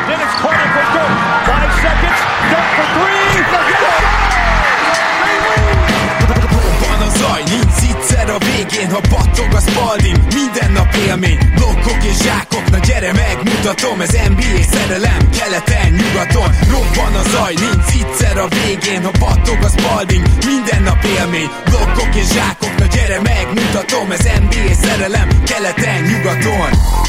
Dennis Carter for Dirk. 5 seconds. Dirk for 3. Van a zaj, nincs egyszer a végén, ha battog a Spalding, minden nap élmény, blokkok és zsákok, na gyere megmutatom, ez NBA szerelem, keleten, nyugaton, robban a zaj, nincs egyszer a végén, ha battog a Spalding, minden nap élmény, blokkok és zsákok, na gyere megmutatom, ez NBA szerelem, keleten, nyugaton.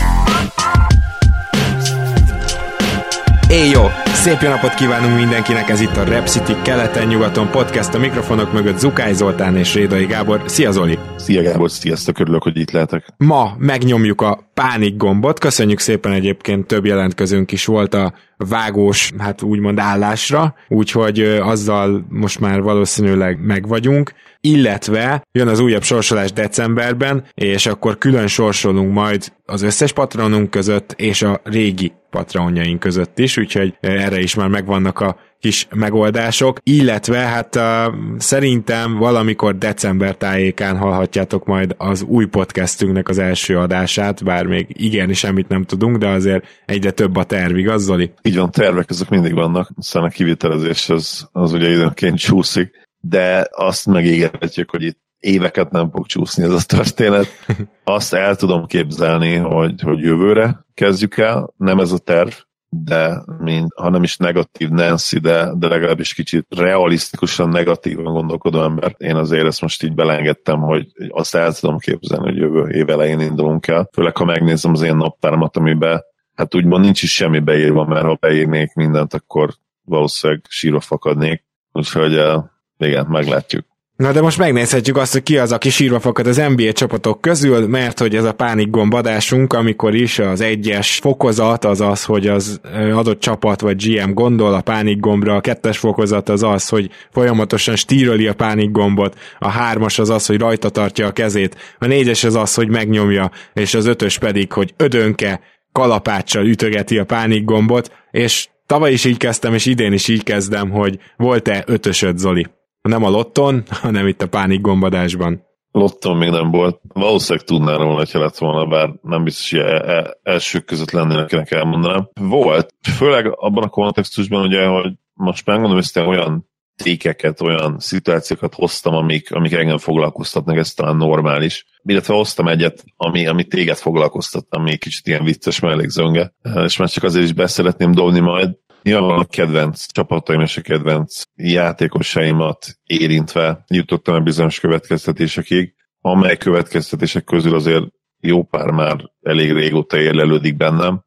Jó, szép jó napot kívánunk mindenkinek, ez itt a Rep City keleten-nyugaton podcast, a mikrofonok mögött Zukály Zoltán és Rédai Gábor. Szia Zoli! Szia Gábor, sziasztok, örülök, hogy itt lehetek. Ma megnyomjuk a pánik gombot, köszönjük szépen, egyébként több jelentkezőnk is volt a vágós, hát úgymond állásra, úgyhogy azzal most már valószínűleg megvagyunk, illetve jön az újabb sorsolás decemberben, és akkor külön sorsolunk majd az összes patronunk között, és a régi patronjaink között is, úgyhogy erre is már megvannak a kis megoldások, illetve hát szerintem valamikor december tájékán hallhatjátok majd az új podcastünknek az első adását, bár még ígérni semmit nem tudunk, de azért egyre több a terv, igaz, Zoli? Így van, tervek azok mindig vannak, aztán a kivitelezés az ugye időnként csúszik, de azt megígérhetjük, hogy itt éveket nem fog csúszni ez a történet. Azt el tudom képzelni, hogy jövőre kezdjük el, nem ez a terv, de ha nem is negatív Nancy, de legalábbis kicsit realisztikusan negatívan gondolkodó ember. Én azért ezt most így belengedtem, hogy azt el tudom képzelni, hogy jövő év elején indulunk el. Főleg, ha megnézem az én naptáramat, amiben hát úgymond nincs is semmi beírva, mert ha beírnék mindent, akkor valószínűleg sírva fakadnék. Úgyhogy igen, meglátjuk. Na de most megnézhetjük azt, hogy ki az, aki sírva fakad az NBA csapatok közül, mert hogy ez a pánikgomb adásunk, amikor is az egyes fokozat az az, hogy az adott csapat vagy GM gondol a pánikgombra, a kettes fokozat az az, hogy folyamatosan stíröli a pánikgombot, a hármas az az, hogy rajta tartja a kezét, a négyes az az, hogy megnyomja, és az ötös pedig, hogy ödönke kalapáccsal ütögeti a pánikgombot, és tavaly is így kezdtem, és idén is így kezdem, hogy volt-e ötösöd, Zoli? Nem a lotton, hanem itt a pánikgombadásban. Lotton még nem volt. Valószínűleg tudnál róla, hogyha lett volna, bár nem biztos, hogy elsők között lennének, akinek elmondanám. Volt, főleg abban a kontextusban, ugye, hogy most megmondom, hogy olyan tékeket, olyan szituációkat hoztam, amik engem foglalkoztatnak, ez talán normális. Illetve hoztam egyet, ami téged foglalkoztat, ami kicsit ilyen vicces mellékzönge, és már csak azért is be szeretném dobni majd. Nyilván a kedvenc csapataim és a kedvenc játékosaimat érintve jutottam a bizonyos következtetésekig, amely következtetések közül azért jó pár már elég régóta érlelődik bennem,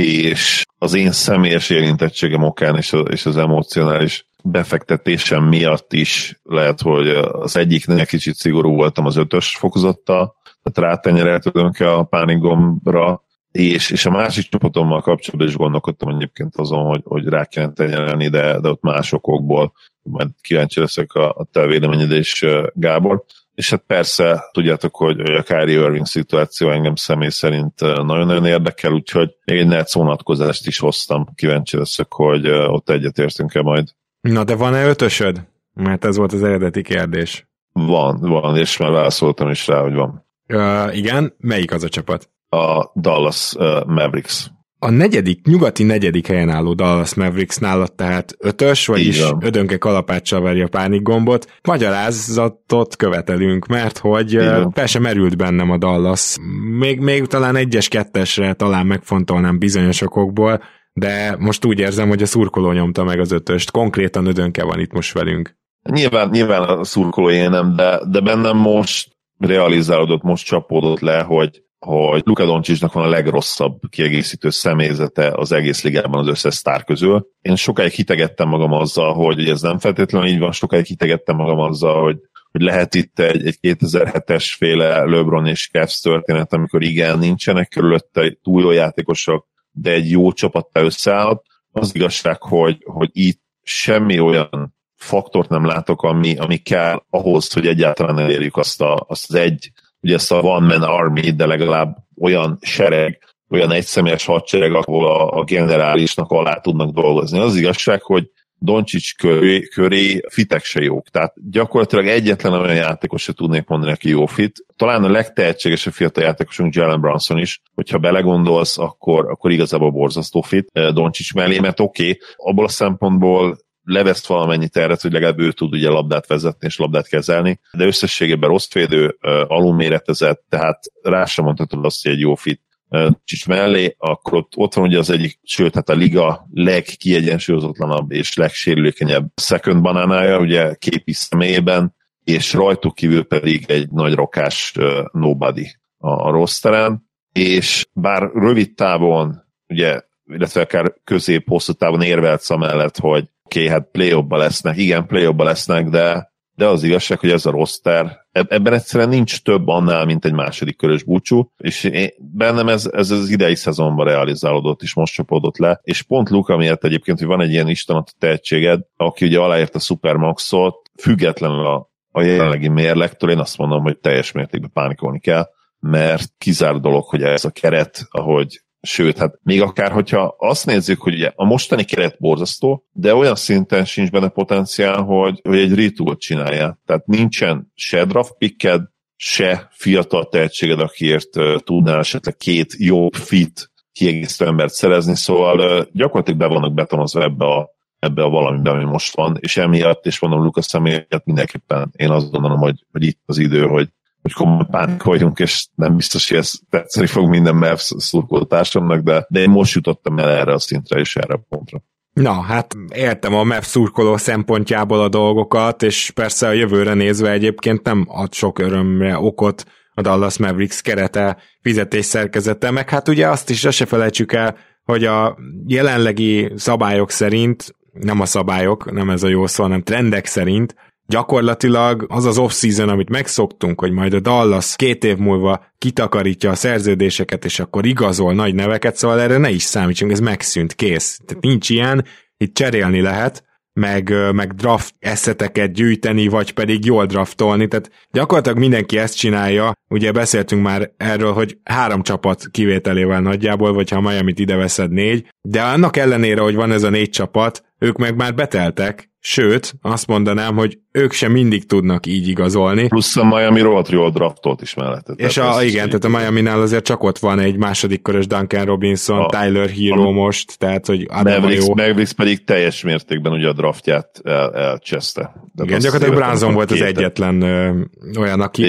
és az én személyes érintettségem okán és az emocionális befektetésem miatt is lehet, hogy az egyiknél kicsit szigorú voltam az 5-ös fokozattal, tehát rátenyereltődöm a pánikgombra, és a másik csapatommal kapcsolatban is gondolkodtam egyébként azon, hogy rá kellene tenyerelni, de ott más okokból. Majd kíváncsi leszek a te véleményed is, Gábor. És hát persze, tudjátok, hogy a Kyrie Irving szituáció engem személy szerint nagyon-nagyon érdekel, úgyhogy egy Nets vonatkozást is hoztam. Kíváncsi leszek, hogy ott egyetértünk-e majd. Na de van-e ötösöd? Mert ez volt az eredeti kérdés. Van, és már válaszoltam is rá, hogy van. Igen, melyik az a csapat? A Dallas Mavericks. A nyugati negyedik helyen álló Dallas Mavericks nálad tehát ötös, vagyis ödönke kalapáccsal veri a pánikgombot. Magyarázatot követelünk, mert hogy fel sem merült bennem a Dallas. Még talán 1-2-esre talán megfontolnám bizonyos okokból, de most úgy érzem, hogy a szurkoló nyomta meg az ötöst. Konkrétan ödönke van itt most velünk. Nyilván a szurkolói nem, de bennem most realizálódott, most csapódott le, hogy Luka Doncicnak van a legrosszabb kiegészítő személyzete az egész ligában az összes sztár közül. Én sokáig hitegettem magam azzal, hogy ez nem feltétlenül így van, sokáig hitegettem magam azzal, hogy lehet itt egy 2007-es féle LeBron és Cavs történet, amikor igen, nincsenek körülötte túl jó játékosok, de egy jó csapattal összeállt. Az igazság, hogy itt semmi olyan faktort nem látok, ami kell ahhoz, hogy egyáltalán elérjük azt ugye ezt a one man army, de legalább olyan sereg, olyan egyszemélyes hadsereg, ahol a generálisnak alá tudnak dolgozni. Az igazság, hogy Doncic köré fitek se jók. Tehát gyakorlatilag egyetlen olyan játékos se tudnék mondani, aki jó fit. Talán a legtehetségesebb fiatal játékosunk Jalen Brunson is, hogyha belegondolsz, akkor igazából borzasztó fit Doncic mellé, mert oké, abból a szempontból leveszt valamennyi terret, hogy legalább ő tud ugye labdát vezetni és labdát kezelni, de összességében rossz védő, alulméretezett, tehát rá sem mondhatod azt, hogy egy jó fit Csics mellé, akkor ott van ugye az egyik, sőt, hát a liga legkiegyensúlyozatlanabb és legsérülékenyebb second banánája, ugye képi személyében, és rajtuk kívül pedig egy nagy rakás nobody a rosteren, és bár rövid távon, ugye, illetve akár közép-hosszú távon érvelsz amellett, hogy oké, hát play-offba lesznek, igen, play-offba lesznek, de az igazság, hogy ez a roster, ebben egyszerűen nincs több annál, mint egy második körös búcsú, és bennem ez az idei szezonban realizálódott, és most csapódott le, és pont Luka miatt egyébként, hogy van egy ilyen istenatú tehetséged, aki ugye aláért a Supermaxot, függetlenül a jelenlegi mérlegtől, én azt mondom, hogy teljes mértékben pánikolni kell, mert kizár dolog, hogy ez a keret, ahogy sőt, hát még akár, hogyha azt nézzük, hogy ugye a mostani keret borzasztó, de olyan szinten sincs benne potenciál, hogy egy retool csinálja. Tehát nincsen se draft picked, se fiatal tehetséged, akiért tudnál esetleg két jobb fit kiegészítő embert szerezni, szóval gyakorlatilag be vannak betonozva ebbe a valamiben, ami most van, és emiatt, és mondom Luka személyet, mindenképpen én azt gondolom, hogy itt az idő, hogy komolyan pánikoljunk, és nem biztos, hogy ez tetszeni fog minden Mavs szurkolótársamnak, de én most jutottam el erre a szintre és erre a pontra. Na, hát értem a Mavs szurkoló szempontjából a dolgokat, és persze a jövőre nézve egyébként nem ad sok örömre okot a Dallas Mavericks kerete, fizetésszerkezete, meg hát ugye azt se felejtsük el, hogy a jelenlegi szabályok szerint, nem a szabályok, nem ez a jó szó, hanem trendek szerint, gyakorlatilag az az off-season, amit megszoktunk, hogy majd a Dallas 2 év múlva kitakarítja a szerződéseket, és akkor igazol nagy neveket, szóval erre ne is számítsunk, ez megszűnt, kész. Tehát nincs ilyen, itt cserélni lehet, meg draft eszeteket gyűjteni, vagy pedig jól draftolni, tehát gyakorlatilag mindenki ezt csinálja, ugye beszéltünk már erről, hogy 3 csapat kivételével nagyjából, vagy ha Miamit ide veszed 4, de annak ellenére, hogy van ez a 4 csapat, ők meg már beteltek, sőt, azt mondanám, hogy ők sem mindig tudnak így igazolni. Plusz a Miami rohadt jól draftolt is mellette. És tehát a Miami-nál azért csak ott van egy második körös Duncan Robinson, Tyler Hero most, tehát hogy Mavericks pedig teljes mértékben ugye a draftját elcseszte. Igen, gyakorlatilag Brunson volt az egyetlen olyan, aki...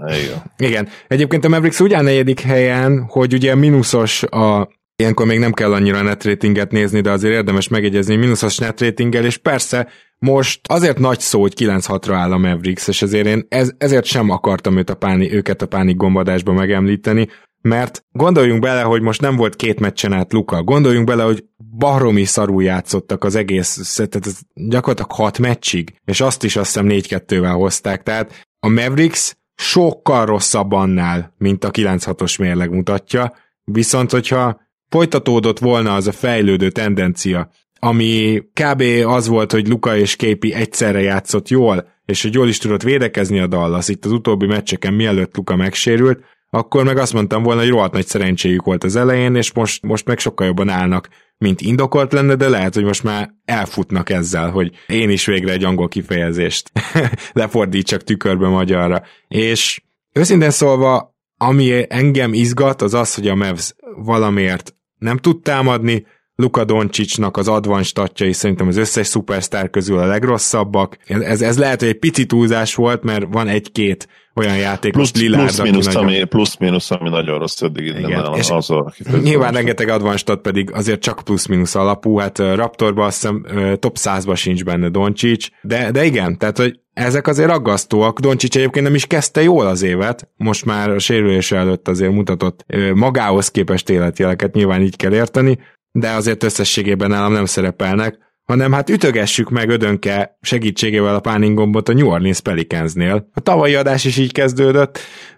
Igen. Egyébként a Mavericks úgy áll 4. helyen, hogy ugye mínuszos ilyenkor még nem kell annyira net ratinget nézni, de azért érdemes megjegyezni, mínuszos net ratinggel, és persze most azért nagy szó, hogy 9-6-ra áll a Mavericks, és ezért én ezért sem akartam őket a pánik gombadásba megemlíteni, mert gondoljunk bele, hogy most nem volt 2 meccsen át Luka, gondoljunk bele, hogy baromi szarul játszottak az egész, tehát gyakorlatilag 6 meccsig, és azt is azt hiszem 4-2-vel hozták, tehát a Mavericks sokkal rosszabb annál, mint a 9-6-os mérleg mutatja, viszont hogyha folytatódott volna az a fejlődő tendencia, ami kb. Az volt, hogy Luka és KP egyszerre játszott jól, és hogy jól is tudott védekezni a Dallas itt az utóbbi meccseken, mielőtt Luka megsérült, akkor meg azt mondtam volna, hogy rohadt nagy szerencséjük volt az elején, és most meg sokkal jobban állnak, mint indokolt lenne, de lehet, hogy most már elfutnak ezzel, hogy én is végre egy angol kifejezést lefordítsak tükörbe magyarra. És őszintén szólva, ami engem izgat, az az, hogy a Mavs valamiért nem tud támadni, Luka Doncicnak az advanced statjai szerintem az összes szupersztár közül a legrosszabbak. Ez lehet, hogy egy pici túlzás volt, mert van 1-2 olyan játékos, Lillard, plusz-minusz, ami nagyon rossz eddig innen nyilván rengeteg advanced stat pedig azért csak plusz-minusz alapú, hát Raptorban azt hiszem top 100-ban sincs benne Doncic, de igen, tehát hogy ezek azért aggasztóak. Doncic egyébként nem is kezdte jól az évet, most már a sérülése előtt azért mutatott magához képest életjeleket, nyilván így kell érteni, de azért összességében nálam nem szerepelnek, hanem hát ütögessük meg Ödönke segítségével a páningombot a New Orleans Pelicansnél. A tavalyi adás is így kezdődött,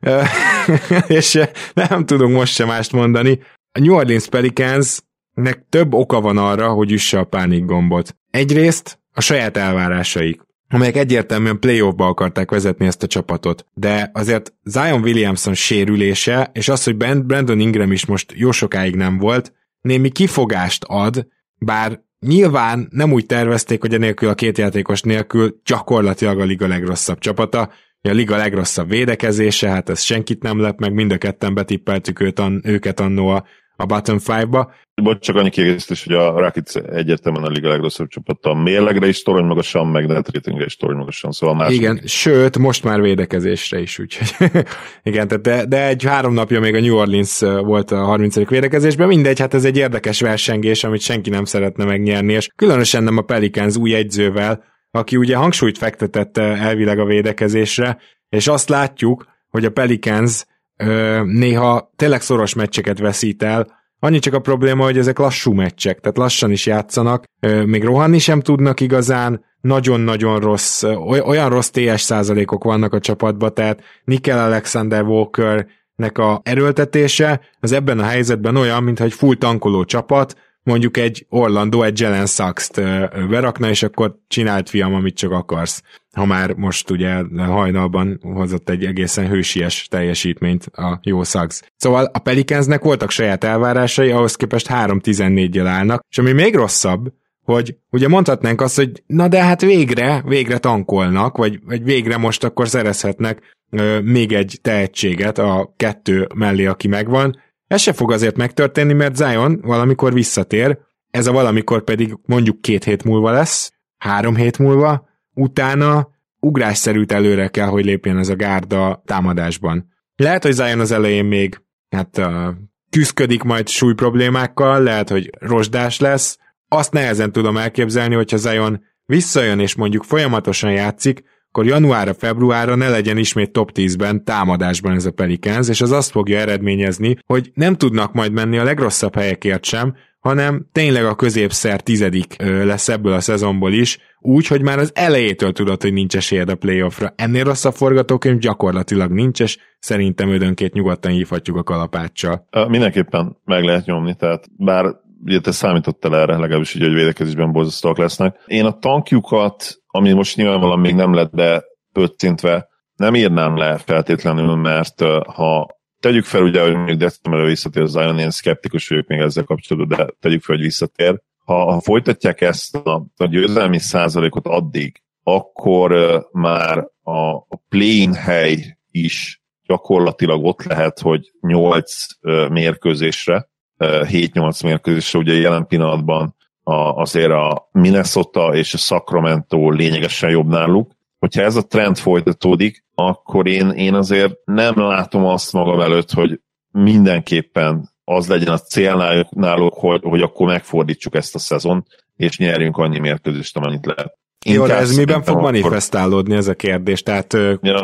és nem tudunk most sem mást mondani. A New Orleans Pelicansnek több oka van arra, hogy üsse a pánikgombot. Egyrészt a saját elvárásaik, amelyek egyértelműen playoffba akarták vezetni ezt a csapatot. De azért Zion Williamson sérülése, és az, hogy Brandon Ingram is most jó sokáig nem volt, némi kifogást ad, bár nyilván nem úgy tervezték, hogy enélkül a két játékos nélkül gyakorlatilag a liga legrosszabb csapata, a liga legrosszabb védekezése, hát ez senkit nem lep meg, mind a ketten betippeltük őket annó a bottom 5-ba. Bocs, csak annyi kiegészítés, hogy a Rockets egyértelműen a liga legrosszabb csapata. A mérlegre is torony magasan, meg net ratingre is torony magasan, szóval más. Igen, sőt, most már védekezésre is, úgyhogy igen, de egy 3 napja még a New Orleans volt a 30. védekezésben, mindegy, hát ez egy érdekes versengés, amit senki nem szeretne megnyerni, és különösen nem a Pelicans új edzővel, aki ugye hangsúlyt fektetett elvileg a védekezésre, és azt látjuk, hogy a Pelicans néha tényleg szoros meccseket veszít el, annyi csak a probléma, hogy ezek lassú meccsek, tehát lassan is játszanak, még rohanni sem tudnak igazán, nagyon-nagyon rossz, olyan rossz TS százalékok vannak a csapatban, tehát Nickel Alexander Walkernek a erőltetése, az ebben a helyzetben olyan, mintha egy full tankoló csapat, mondjuk egy Orlando, egy Jalen Suggs-t berakna, és akkor csinált fiam, amit csak akarsz. Ha már most ugye hajnalban hozott egy egészen hősies teljesítményt a jó Suggs. Szóval a Pelicansnek voltak saját elvárásai, ahhoz képest 3-14-jel állnak, és ami még rosszabb, hogy ugye mondhatnánk azt, hogy na de hát végre tankolnak, vagy végre most akkor szerezhetnek még egy tehetséget a 2 mellé, aki megvan. Ez se fog azért megtörténni, mert Zion valamikor visszatér, ez a valamikor pedig mondjuk 2 hét múlva lesz, 3 hét múlva, utána ugrásszerűt előre kell, hogy lépjen ez a gárda támadásban. Lehet, hogy Zion az elején még küszködik majd súly problémákkal, lehet, hogy rozsdás lesz, azt nehezen tudom elképzelni, hogyha Zion visszajön és mondjuk folyamatosan játszik, akkor januárra, februárra ne legyen ismét top 10-ben támadásban ez a Pelicans, és az azt fogja eredményezni, hogy nem tudnak majd menni a legrosszabb helyekért sem, hanem tényleg a középszer 10. lesz ebből a szezonból is, úgy, hogy már az elejétől tudod, hogy nincs esélyed a playoffra. Ennél rosszabb forgatókönyv gyakorlatilag nincs, és szerintem ödönként nyugodtan hívhatjuk a kalapáccsal. Mindenképpen meg lehet nyomni, tehát bár ugye te számítottál erre, legalábbis így, hogy védekezésben borzasztóak lesznek. Én a tankjukat, ami most nyilvánvalóan még nem lett bepöccintve, nem írnám le feltétlenül, mert ha tegyük fel, ugye, hogy mondjuk decemberre visszatér az Zion, én szkeptikus vagyok még ezzel kapcsolatban, de tegyük fel, hogy visszatér. Ha folytatják ezt a győzelmi százalékot addig, akkor már a play-in hely is gyakorlatilag ott lehet, hogy 8 mérkőzésre, 7-8 mérkőzésre, ugye jelen pillanatban azért a Minnesota és a Sacramento lényegesen jobb náluk. Hogyha ez a trend folytatódik, akkor én azért nem látom azt magam előtt, hogy mindenképpen az legyen a cél náluk, hogy akkor megfordítsuk ezt a szezont, és nyerjünk annyi mérkőzést, amennyit lehet. Jó, de ez miben fog manifestálódni ez a kérdés? Tehát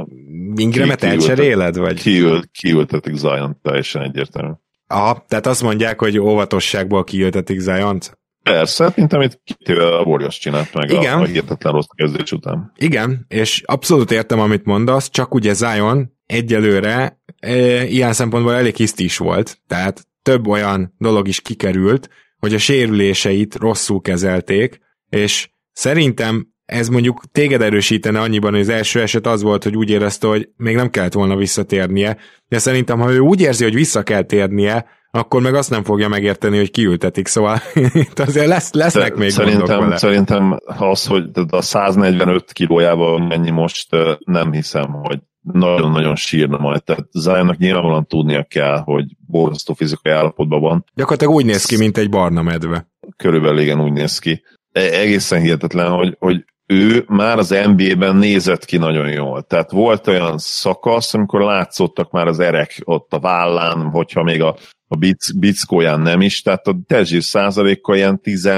Ingramet elcseréled? Kiültetik Zion, teljesen egyértelmű. Aha, tehát azt mondják, hogy óvatosságból kiültetik Ziont? Persze, mint amit a Warriors csinált meg a hihetetlen rossz kezdés után. Igen, és abszolút értem, amit mondasz, csak ugye Zion egyelőre ilyen szempontból elég hiszti is volt, tehát több olyan dolog is kikerült, hogy a sérüléseit rosszul kezelték, és szerintem ez mondjuk téged erősítene annyiban, hogy az első eset az volt, hogy úgy érezte, hogy még nem kellett volna visszatérnie, de szerintem, ha ő úgy érzi, hogy vissza kell térnie, akkor meg azt nem fogja megérteni, hogy kiültetik, szóval azért lesznek még gondok vele. Szerintem az, hogy a 145 kilójával mennyi most, nem hiszem, hogy nagyon-nagyon sírna majd. Tehát Zionnak nyilvánvalóan tudnia kell, hogy borzasztó fizikai állapotban van. Gyakorlatilag úgy néz ki, mint egy barna medve. Körülbelül igen, úgy néz ki. Egészen hihetetlen, hogy ő már az NBA-ben nézett ki nagyon jól. Tehát volt olyan szakasz, amikor látszottak már az erek ott a vállán, hogyha még a bickóján nem is, tehát a testzsír százalékkal ilyen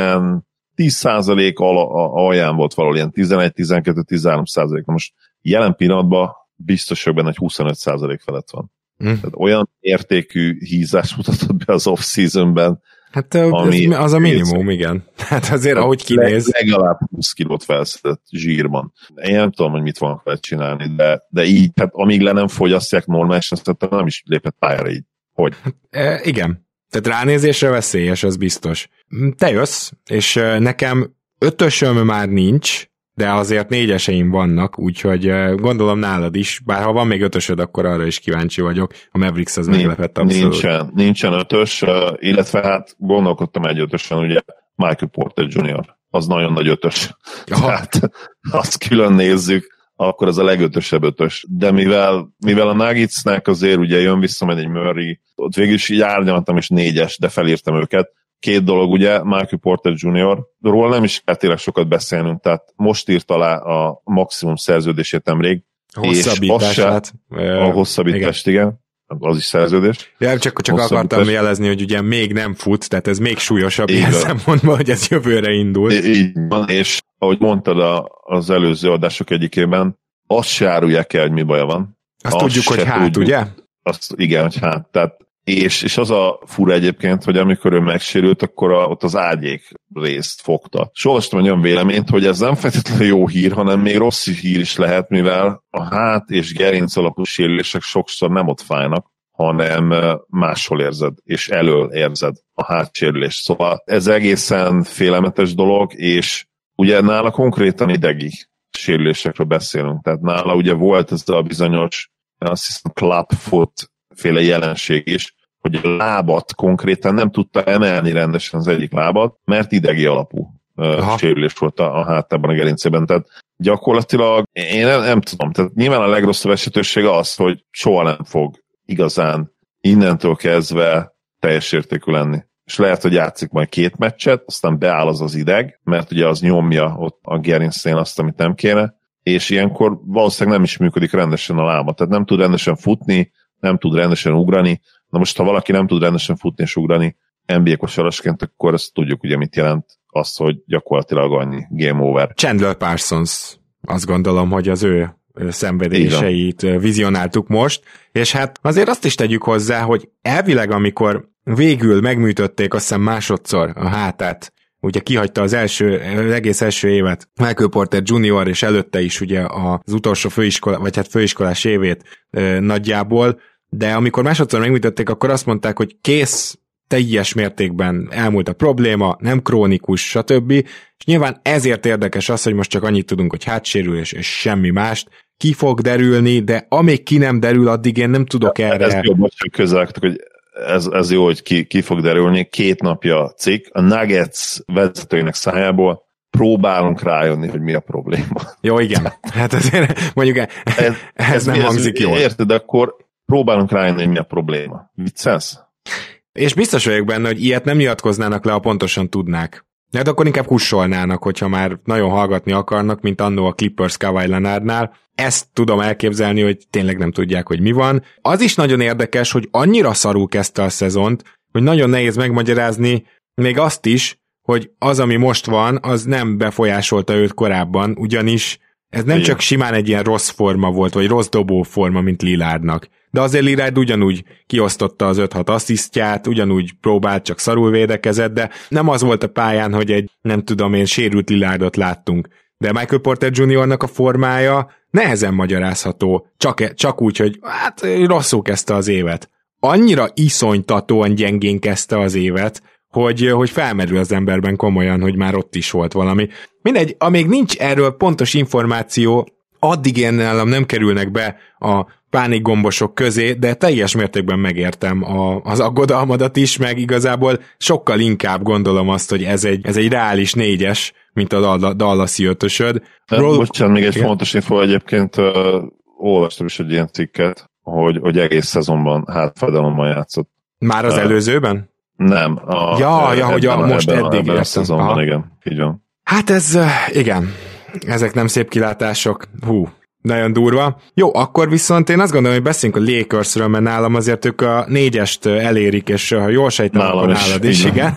10% alján volt valahol, ilyen 11-12-13%. Most jelen pillanatban biztos vagyok benne, hogy 25% felett van. Tehát olyan értékű hízás mutatott be az off-seasonben, hát az a minimum, igen. Hát azért, ahogy kinéz. Legalább 20 kilót felszedett zsírban. Én nem tudom, hogy mit van fel csinálni, de így, hát amíg le nem fogyasztják normálisan, szerintem nem is lépett pályára így. Hogy? Igen. Tehát ránézésre veszélyes, az biztos. Te jössz, és nekem 5-ösöm már nincs, de azért 4-eseim vannak, úgyhogy gondolom nálad is, bár ha van még 5-ösöd, akkor arra is kíváncsi vagyok. A Mavericks az meglepett abszolút. Nincsen 5-ös, illetve hát gondolkodtam egy 5-ösen, ugye Michael Porter Jr. Az nagyon nagy ötös. Tehát azt külön nézzük, akkor az a legötösebb ötös. De mivel a Nuggetsnek azért ugye jön vissza majd egy Murray, ott végül is így árnyaltam is 4-es, de felírtam őket. Két dolog, ugye, Michael Porter Jr. Róla nem is kell tényleg sokat beszélnünk, tehát most írt alá a maximum szerződését nemrég. Hosszabbítását. A hosszabbítást, igen. Az is szerződés. Ja, csak akartam jelezni, hogy ugye még nem fut, tehát ez még súlyosabb ilyen szempontból, hogy ez jövőre indul. Így van, és ahogy mondtad az előző adások egyikében, azt se árulják el, hogy mi baja van. Azt tudjuk, hogy hát, ugye? Azt igen, hogy hát. Tehát, és az a fura egyébként, hogy amikor ő megsérült, akkor ott az ágyék részt fogta. És olvastam egy olyan véleményt, hogy ez nem feltétlenül jó hír, hanem még rossz hír is lehet, mivel a hát és gerinc alapú sérülések sokszor nem ott fájnak, hanem máshol érzed, és elől érzed a hátsérülést. Szóval ez egészen félelmetes dolog, és ugye nála konkrétan idegi sérülésekről beszélünk. Tehát nála ugye volt ez a bizonyos, azt hiszem, clubfoot féle jelenség is, hogy a lábat konkrétan nem tudta emelni rendesen az egyik lábat, mert idegi alapú sérülés volt a háttában, a gerincében. Tehát gyakorlatilag én nem tudom. Tehát nyilván a legrosszabb esetőség az, hogy soha nem fog igazán innentől kezdve teljes értékű lenni. És lehet, hogy játszik majd 2 meccset, aztán beáll az ideg, mert ugye az nyomja ott a gerincén azt, amit nem kéne, és ilyenkor valószínűleg nem is működik rendesen a lába. Tehát nem tud rendesen futni, nem tud rendesen ugrani. Na most, ha valaki nem tud rendesen futni és ugrani NBA kosarasként, akkor ezt tudjuk ugye mit jelent azt, hogy gyakorlatilag annyi game over. Chandler Parsons, azt gondolom, hogy az ő szenvedéseit vizionáltuk most, és hát azért azt is tegyük hozzá, hogy elvileg amikor végül megműtötték azt hiszem másodszor a hátát, ugye kihagyta az egész első évet Michael Porter Jr. és előtte is ugye az utolsó főiskolás évét nagyjából, de amikor másodszor megműtötték, akkor azt mondták, hogy kész, teljes mértékben elmúlt a probléma, nem krónikus, stb. És nyilván ezért érdekes az, hogy most csak annyit tudunk, hogy hátsérülés és semmi mást. Ki fog derülni, de amíg ki nem derül, addig én nem tudok erre. Ez jó, most közelektek, hogy ez jó, hogy ki fog derülni. 2 napja cikk, a Nuggets vezetőinek szájából próbálunk rájönni, hogy mi a probléma. Jó, igen. Hát azért mondjuk ez nem hangzik jól. Érted, de akkor próbálunk rájönni, hogy mi a probléma. Viccelsz? És biztos vagyok benne, hogy ilyet nem nyilatkoznának le, ha pontosan tudnák. Hát akkor inkább kussolnának, hogyha már nagyon hallgatni akarnak, mint annó a Clippers Kawhi Leonardnál. Ezt tudom elképzelni, hogy tényleg nem tudják, hogy mi van. Az is nagyon érdekes, hogy annyira szarul kezdte a szezont, hogy nagyon nehéz megmagyarázni még azt is, hogy az, ami most van, az nem befolyásolta őt korábban, ugyanis ez nem csak simán egy ilyen rossz forma volt, vagy rossz dobó forma, mint Lillardnak. De azért Lillard ugyanúgy kiosztotta az 5-6 asszisztját, ugyanúgy próbált, csak szarul védekezett, de nem az volt a pályán, hogy egy, nem tudom én, sérült Lillardot láttunk. De Michael Porter Jr.-nak a formája nehezen magyarázható, csak úgy, hogy hát rosszul kezdte az évet. Annyira iszonytatóan gyengén kezdte az évet, hogy felmerül az emberben komolyan, hogy már ott is volt valami. Mindegy, amíg nincs erről pontos információ, addig én nálam nem kerülnek be a pánikgombosok közé, de teljes mértékben megértem az aggodalmadat is, meg igazából sokkal inkább gondolom azt, hogy ez egy reális 4-es, mint a Dallasi 5-ösöd. Bocsánat, még egy fontos info, egyébként olvastam is egy ilyen cikket, hogy egész szezonban hátfájdalommal játszott. Már az előzőben? Nem. Hogy most eddig ebben a szezonban, igen, így van. Hát ez, igen, ezek nem szép kilátások. Nagyon durva. Jó, akkor viszont én azt gondolom, hogy beszéljünk a Lakersről, mert nálam azért ők a 4-est elérik, és ha jól sejtem, akkor nálad is, igen.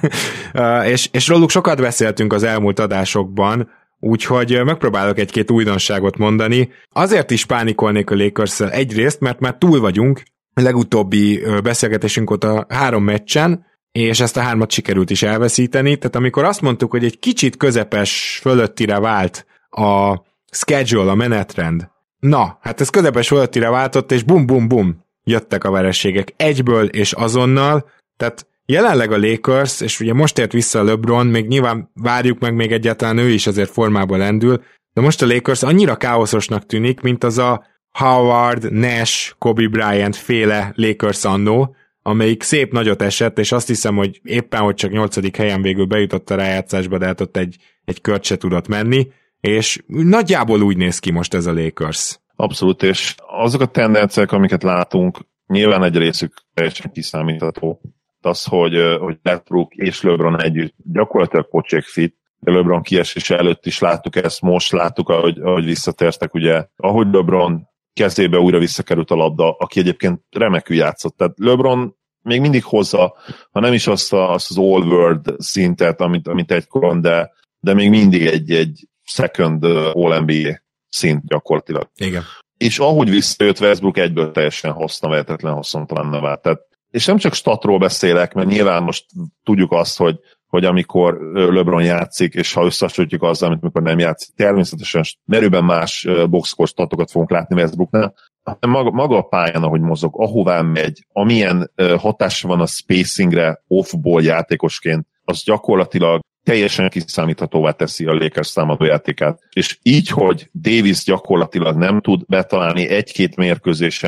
és róluk sokat beszéltünk az elmúlt adásokban, úgyhogy megpróbálok egy-két újdonságot mondani. Azért is pánikolnék a Lakers-szel egyrészt, mert már túl vagyunk a legutóbbi beszélgetésünk óta 3 meccsen, és ezt a 3-at sikerült is elveszíteni, tehát amikor azt mondtuk, hogy egy kicsit közepes fölöttire vált a schedule, a menetrend, na, hát ez közepes fölöttire váltott, és bum, jöttek a vereségek egyből és azonnal, tehát jelenleg a Lakers, és ugye most ért vissza a LeBron, még nyilván várjuk meg, még egyáltalán ő is azért formába lendül, de most a Lakers annyira káoszosnak tűnik, mint az a Howard, Nash, Kobe Bryant féle Lakers annó, amelyik szép nagyot esett, és azt hiszem, hogy éppen, hogy csak 8. helyen végül bejutott a rájátszásba, de hát ott egy kört se tudott menni, és nagyjából úgy néz ki most ez a Lakers. Abszolút, és azok a tendenciák, amiket látunk, nyilván egy részük teljesen kiszámítható. Az, hogy Westbrook és LeBron együtt gyakorlatilag pocsék fit, de LeBron kiesése előtt is láttuk ezt, most láttuk, ahogy visszatértek, ugye, ahogy LeBron kezébe újra visszakerült a labda, aki egyébként remekül játszott. Tehát LeBron még mindig hozza, ha nem is azt az all-world szintet, amit egykoron, de még mindig egy second all-NBA szint gyakorlatilag. Igen. És ahogy visszajött Westbrook, egyből teljesen haszonvehetetlen, haszontalanná vált. Tehát, és nem csak statról beszélek, mert nyilván most tudjuk azt, hogy amikor LeBron játszik, és ha összehasonlítjuk azzal, amit amikor nem játszik, természetesen merőben más boxscore statokat fogunk látni Westbrooknál, maga a pályán, ahogy mozog, ahová megy, amilyen hatása van a spacingre off-ball játékosként, az gyakorlatilag teljesen kiszámíthatóvá teszi a Lakers támadójátékát. És így, hogy Davis gyakorlatilag nem tud betalálni egy-két mérkőzés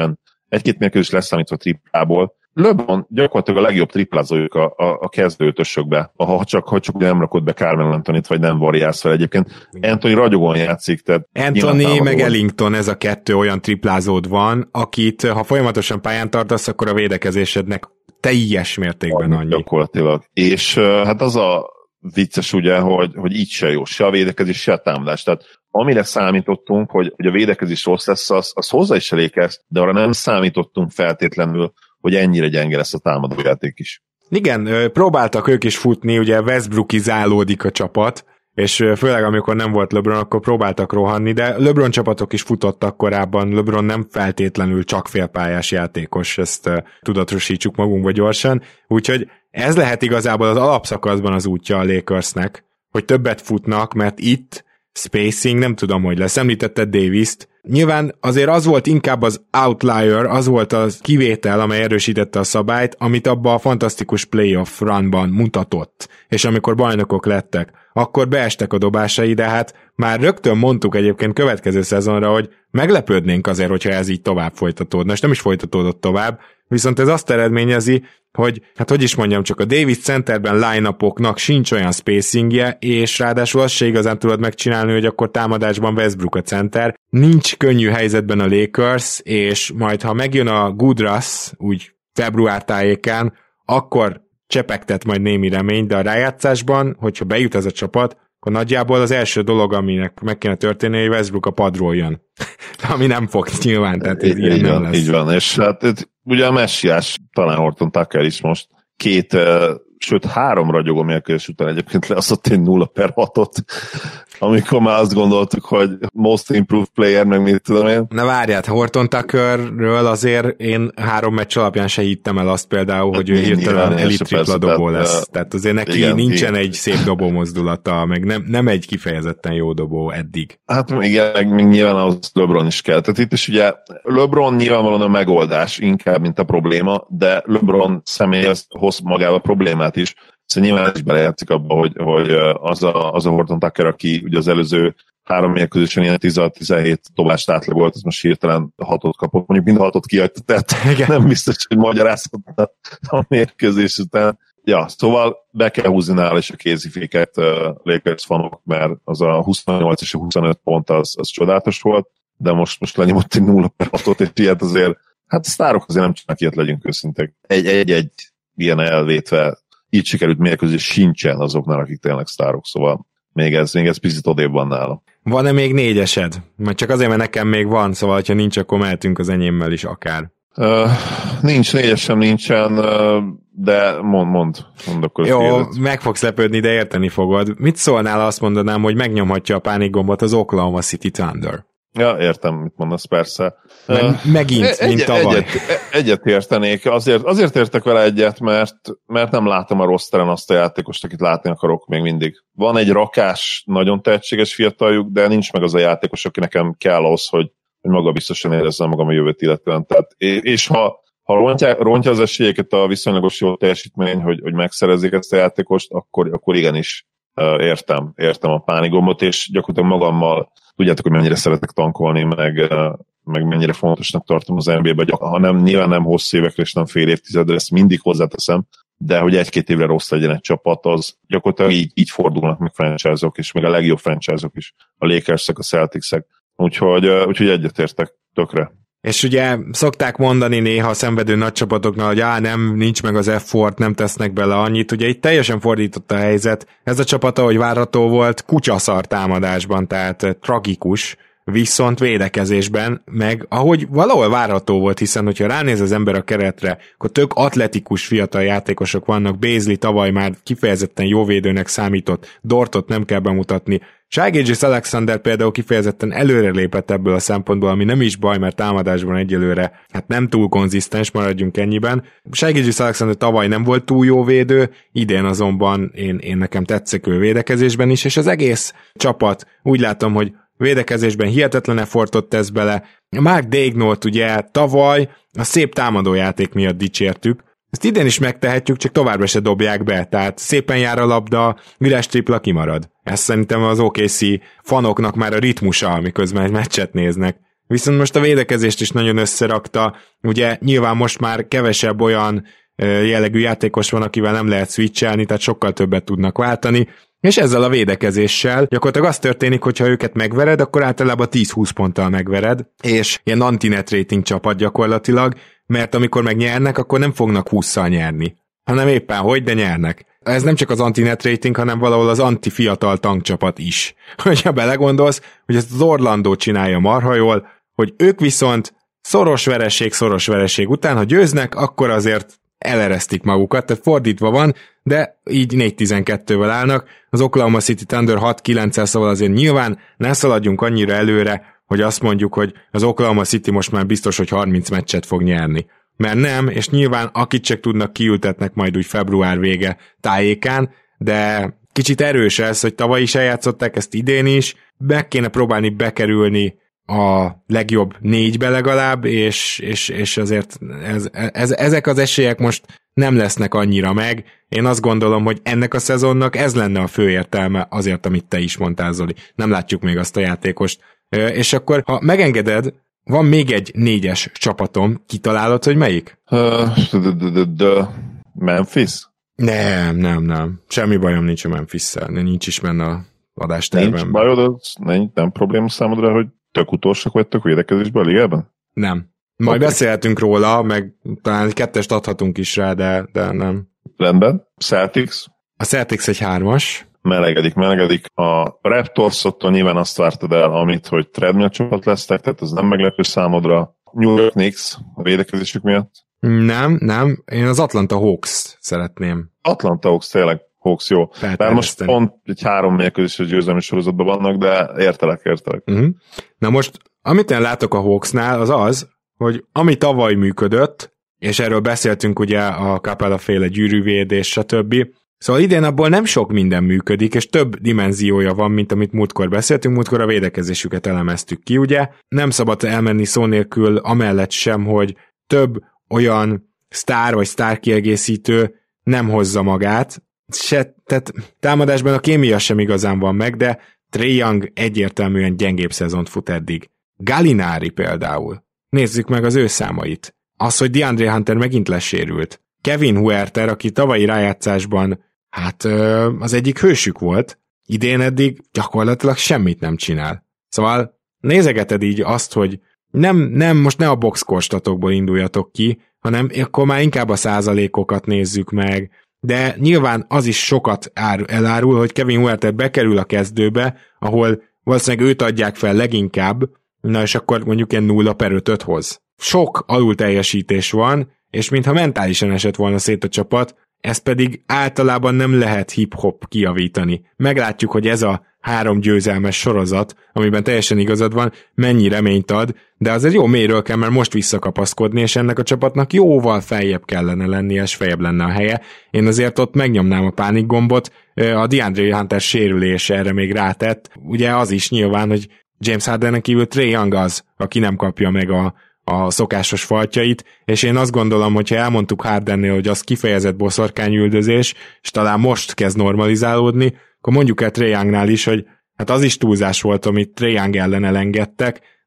leszámítva triplából, LeBron gyakorlatilag a legjobb triplázójuk a kezdőtösökbe, ha csak nem rakod be Carmelo Anthonyt, vagy nem variálsz fel egyébként. Anthony ragyogóan játszik. Tehát Anthony meg Ellington, ez a kettő olyan triplázód van, akit ha folyamatosan pályán tartasz, akkor a védekezésednek teljes mértékben annyi. Gyakorlatilag. És hát az a vicces ugye, hogy így se jó, se a védekezés, se a támadás. Tehát amire számítottunk, hogy a védekezés rossz lesz, az hozzá is elékez, de arra nem számítottunk feltétlenül, hogy ennyire gyenge lesz a támadójáték is. Igen, próbáltak ők is futni, ugye Westbrookizálódik a csapat, és főleg amikor nem volt LeBron, akkor próbáltak rohanni, de LeBron csapatok is futottak korábban, LeBron nem feltétlenül csak félpályás játékos, ezt tudatosítsuk magunkba gyorsan, úgyhogy ez lehet igazából az alapszakaszban az útja a Lakersnek, hogy többet futnak, mert itt spacing, nem tudom, hogy lesz. Említetted Davis-t. Nyilván azért az volt inkább az outlier, az volt az kivétel, amely erősítette a szabályt, amit abban a fantasztikus playoff runban mutatott. És amikor bajnokok lettek, akkor beestek a dobásai, de hát már rögtön mondtuk egyébként következő szezonra, hogy meglepődnénk azért, hogyha ez így tovább folytatódna, és nem is folytatódott tovább, viszont ez azt eredményezi, hogy, hát hogy is mondjam, csak a Davis centerben line-upoknak sincs olyan spacingje, és ráadásul azt se igazán tudod megcsinálni, hogy akkor támadásban Westbrook a center. Nincs könnyű helyzetben a Lakers, és majd ha megjön a Goodruss, úgy február tájékán, akkor csepegtet majd némi remény, de a rájátszásban, hogyha bejut ez a csapat, akkor nagyjából az első dolog, aminek meg kéne történni, hogy Westbrook a padról jön. Ami nem fog nyilván, tehát ez ilyen nem lesz. Így van, és hát ugye a messiás, talán Horton Tucker is most sőt 3 ragyogó mérkőzés után egyébként leaszott egy 0/6-ot, amikor már azt gondoltuk, hogy most improved player, meg mit tudom én. Na várját, Horton Tuckerről azért én 3 meccs alapján se hittem el azt például, hogy ő hirtelen elit tripla dobó lesz. Tehát azért neki igen, nincsen egy szép dobó mozdulata, meg nem egy kifejezetten jó dobó eddig. Hát igen, meg nyilván az LeBron is kell. Tehát itt is ugye LeBron nyilvánvalóan a megoldás inkább, mint a probléma, de LeBron személy hoz magával problémát is. Szóval nyilván is belejátszik abba, hogy az a Horton Tucker, aki ugye az előző 3 mérkőzésen ilyen 16-17 dobást átlagolt, az most hirtelen 6-ot kapott, mondjuk mind a 6-ot kiadta, tehát nem biztos, hogy magyarázhatna a mérkőzés után. Ja, szóval be kell húzni nála is a kéziféket Lakers fanok, mert az a 28 és a 25 pont az csodálatos volt, de most lenyomott egy 0/6-ot, és ilyet azért, hát a sztárok azért nem csinálnak ilyet, legyünk őszintek. Egy ilyen elvétve így sikerült mérkőzés sincsen azoknál, akik tényleg sztárok, szóval még ez picit odébb van nála. Van-e még 4-esed? Majd csak azért, mert nekem még van, szóval ha nincs, akkor mehetünk az enyémmel is akár. Nincs, 4-esem nincsen, de mondd akkor. Jó, meg fogsz lepődni, de érteni fogod. Mit szólnál, azt mondanám, hogy megnyomhatja a pánikgombot az Oklahoma City Thunder? Ja, értem, mit mondasz, persze. Megint, mint tavaly. Egyet értenék. Azért értek vele egyet, mert nem látom a rosteren azt a játékost, akit látni akarok még mindig. Van egy rakás, nagyon tehetséges fiataljuk, de nincs meg az a játékos, aki nekem kell ahhoz, hogy magabiztosan érezzem magam a jövőt illetően. Tehát, és ha rontja az esélyeket a viszonylagos jó teljesítmény, hogy megszerezzék ezt a játékost, akkor igenis értem a pánikgombot, és gyakorlatilag magammal tudjátok, hogy mennyire szeretek tankolni, meg mennyire fontosnak tartom az NBA-ben, hanem nyilván nem hosszú évekre és nem fél évtizedre, ezt mindig hozzáteszem, de hogy 1-2 évre rossz legyen egy csapat, az gyakorlatilag így fordulnak meg franchise-ok, és még a legjobb franchise-ok is, a Lakers-ek, a Celtics-ek. Úgyhogy egyetértek tökre. És ugye szokták mondani néha a szenvedő nagy csapatoknál, hogy nem, nincs meg az effort, nem tesznek bele annyit. Ugye itt teljesen fordított a helyzet. Ez a csapat, ahogy várható volt, kutyaszar támadásban, tehát tragikus, viszont védekezésben, meg ahogy valahol várható volt, hiszen hogyha ránéz az ember a keretre, akkor tök atletikus fiatal játékosok vannak, Beasley tavaly már kifejezetten jó védőnek számított, Dortot nem kell bemutatni, Shai Gilgeous-Alexander például kifejezetten előrelépett ebből a szempontból, ami nem is baj, mert támadásban egyelőre hát nem túl konzisztens, maradjunk ennyiben. Shai Gilgeous-Alexander tavaly nem volt túl jó védő, idén azonban én nekem tetszik ő védekezésben is, és az egész csapat úgy látom, hogy védekezésben hihetetlen effortot tesz bele. Mark Daigneault ugye tavaly a szép támadójáték miatt dicsértük, ezt idén is megtehetjük, csak továbbra se dobják be, tehát szépen jár a labda, üres tripla kimarad. Ez szerintem az OKC fanoknak már a ritmusa, miközben egy meccset néznek. Viszont most a védekezést is nagyon összerakta, ugye nyilván most már kevesebb olyan jellegű játékos van, akivel nem lehet switchelni, tehát sokkal többet tudnak váltani, és ezzel a védekezéssel gyakorlatilag az történik, hogy ha őket megvered, akkor általában 10-20 ponttal megvered, és ilyen anti-net rating csapat gyakorlatilag, mert amikor megnyernek, akkor nem fognak 20-szal nyerni, hanem éppen hogy, de nyernek. Ez nem csak az anti-net rating, hanem valahol az anti-fiatal tankcsapat is. Hogyha belegondolsz, hogy ezt az Orlando csinálja marha jól, hogy ők viszont szoros vereség után, ha győznek, akkor azért eleresztik magukat, tehát fordítva van, de így 4-12-vel állnak. Az Oklahoma City Thunder 6-9-el, szóval azért nyilván ne szaladjunk annyira előre, hogy azt mondjuk, hogy az Oklahoma City most már biztos, hogy 30 meccset fog nyerni. Mert nem, és nyilván akit csak tudnak kiültetnek majd úgy február vége tájékán, de kicsit erős ez, hogy tavaly is eljátszották ezt idén is, meg kéne próbálni bekerülni a legjobb 4-be legalább, és azért ezek az esélyek most nem lesznek annyira meg. Én azt gondolom, hogy ennek a szezonnak ez lenne a fő értelme azért, amit te is mondtál, Zoli. Nem látjuk még azt a játékost. És akkor, ha megengeded, van még egy 4-es csapatom. Kitalálod, hogy melyik? Memphis? Nem. Semmi bajom nincs a Memphis-szel. Nincs is benne a adásterben. Nincs bajod, nem probléma számodra, hogy tök utolsók vagytok védekezésben a ligában? Nem. Majd beszélhetünk róla, meg talán 2-est adhatunk is rá, de nem. Rendben. Celtics? A Celtics egy 3-as. Melegedik. A Raptors-ottól nyilván azt vártad el, hogy treadmill csapat lesztek, tehát ez nem meglepő számodra. New York Knicks a védekezésük miatt? Nem. Én az Atlanta Hawks szeretném. Atlanta Hawks, tényleg. Hawks jó. Bár most pont egy 3 mérkőzéses győzelmi sorozatban vannak, de értelek. Uh-huh. Na most, amit én látok a Hawksnál, az, hogy ami tavaly működött, és erről beszéltünk ugye a Capella féle gyűrűvédés, stb. Szóval idén abból nem sok minden működik, és több dimenziója van, mint amit múltkor beszéltünk, múltkor a védekezésüket elemeztük ki, ugye? Nem szabad elmenni szó nélkül amellett sem, hogy több olyan sztár vagy sztárkiegészítő nem hozza magát, tehát támadásban a kémia sem igazán van meg, de Trae Young egyértelműen gyengébb szezont fut eddig. Gallinari például. Nézzük meg az ő számait. Az, hogy DeAndre Hunter megint lesérült. Kevin Huerter, aki tavalyi rájátszásban az egyik hősük volt, idén eddig gyakorlatilag semmit nem csinál. Szóval nézegeted így azt, hogy nem most ne a boxkorstatokból induljatok ki, hanem akkor már inkább a százalékokat nézzük meg, de nyilván az is sokat elárul, hogy Kevin Huerter bekerül a kezdőbe, ahol valószínűleg őt adják fel leginkább, na és akkor mondjuk ilyen 0/5-öt hoz. Sok alulteljesítés van, és mintha mentálisan esett volna szét a csapat, ezt pedig általában nem lehet hip-hop kijavítani. Meglátjuk, hogy ez a 3 győzelmes sorozat, amiben teljesen igazad van, mennyi reményt ad, de azért jó mélyről kell már most visszakapaszkodni, és ennek a csapatnak jóval feljebb kellene lennie, és feljebb lenne a helye. Én azért ott megnyomnám a pánikgombot, a DeAndre Hunter sérülése erre még rátett. Ugye az is nyilván, hogy James Hardennen kívül Trae Young az, aki nem kapja meg a szokásos faltjait, és én azt gondolom, hogyha elmondtuk Hardennél, hogy az kifejezett boszorkányüldözés, és talán most kezd normalizálódni, akkor mondjuk el Trae Youngnál is, hogy hát az is túlzás volt, amit Trae Young ellen elengedtek,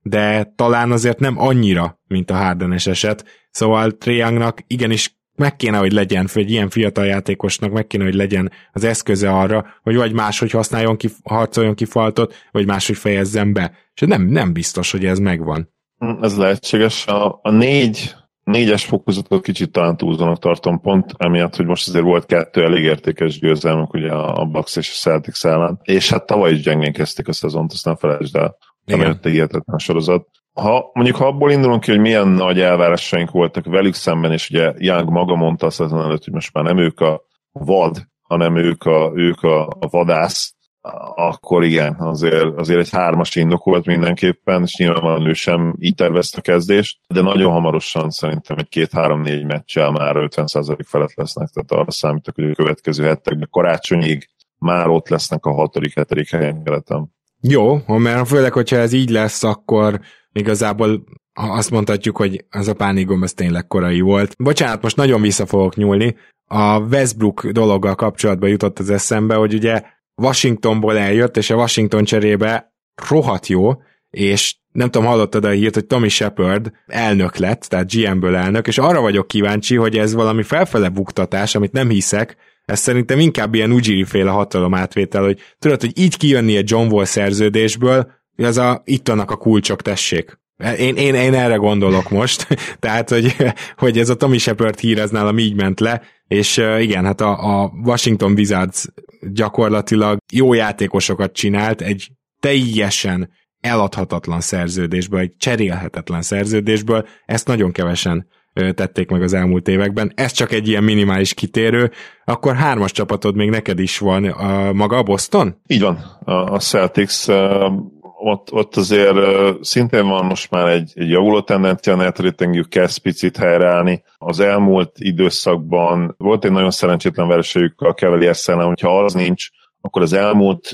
de talán azért nem annyira, mint a Hardenes eset. Szóval Trae Youngnak igenis meg kéne, hogy legyen, egy ilyen fiatal játékosnak meg kéne, hogy legyen az eszköze arra, hogy vagy máshogy használjon ki, harcoljon ki faltot, vagy máshogy fejezzen be. És nem biztos, hogy ez megvan. Ez lehetséges. A négyes fokozatot kicsit talán túlzónak tartom, pont emiatt, hogy most azért volt 2 elég értékes győzelmük, ugye a Bucks és a Celtics ellen, és hát tavaly is gyengén kezdték a szezont, azt nem felejtsd el, amelyett egy hihetetlen sorozat. Ha abból indulunk ki, hogy milyen nagy elvárásaink voltak velük szemben, és ugye Young maga mondta a szezon előtt, hogy most már nem ők a vad, hanem ők a vadász, akkor igen, azért egy 3-as indokolt mindenképpen, és nyilvánvalóan ő sem így tervezte a kezdést, de nagyon hamarosan szerintem egy 2-3-4 meccsel már 50% felett lesznek, tehát arra számítok, hogy a következő hetekben karácsonyig már ott lesznek a 6.-7. helyen keleten. Jó, mert főleg, hogyha ez így lesz, akkor igazából azt mondhatjuk, hogy az a pánikgomb az tényleg korai volt. Bocsánat, most nagyon vissza fogok nyúlni. A Westbrook dologgal kapcsolatban jutott az eszembe, hogy ugye Washingtonból eljött, és a Washington cserébe rohadt jó, és nem tudom, hallottad a hírt, hogy Tommy Shepard elnök lett, tehát GM-ből elnök, és arra vagyok kíváncsi, hogy ez valami felfele buktatás, amit nem hiszek, ez szerintem inkább ilyen Ujiri-féle hatalomátvétel, hogy tudod, hogy így kijönni egy John Wall szerződésből, az itt vannak a kulcsok, tessék. Én erre gondolok most, tehát, hogy ez a Tommy Shepard hír, ez nálam így ment le, és igen, hát a Washington Wizards gyakorlatilag jó játékosokat csinált egy teljesen eladhatatlan szerződésből, egy cserélhetetlen szerződésből, ezt nagyon kevesen tették meg az elmúlt években. Ez csak egy ilyen minimális kitérő. Akkor 3-as csapatod még neked is van, maga a Boston? Így van, a Celtics, ott azért szintén van most már egy javuló tendencia, a net ratingjük kezd picit helyreállni. Az elmúlt időszakban volt egy nagyon szerencsétlen vereségük a Cavaliers ellen, hogyha az nincs, akkor az elmúlt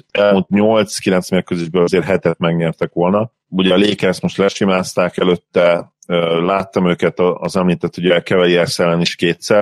8-9 mérkőzésből azért 7-et megnyertek volna. Ugye a Lakers most lesimázták előtte, láttam őket az említett ugye a Cavaliers ellen is 2-szer,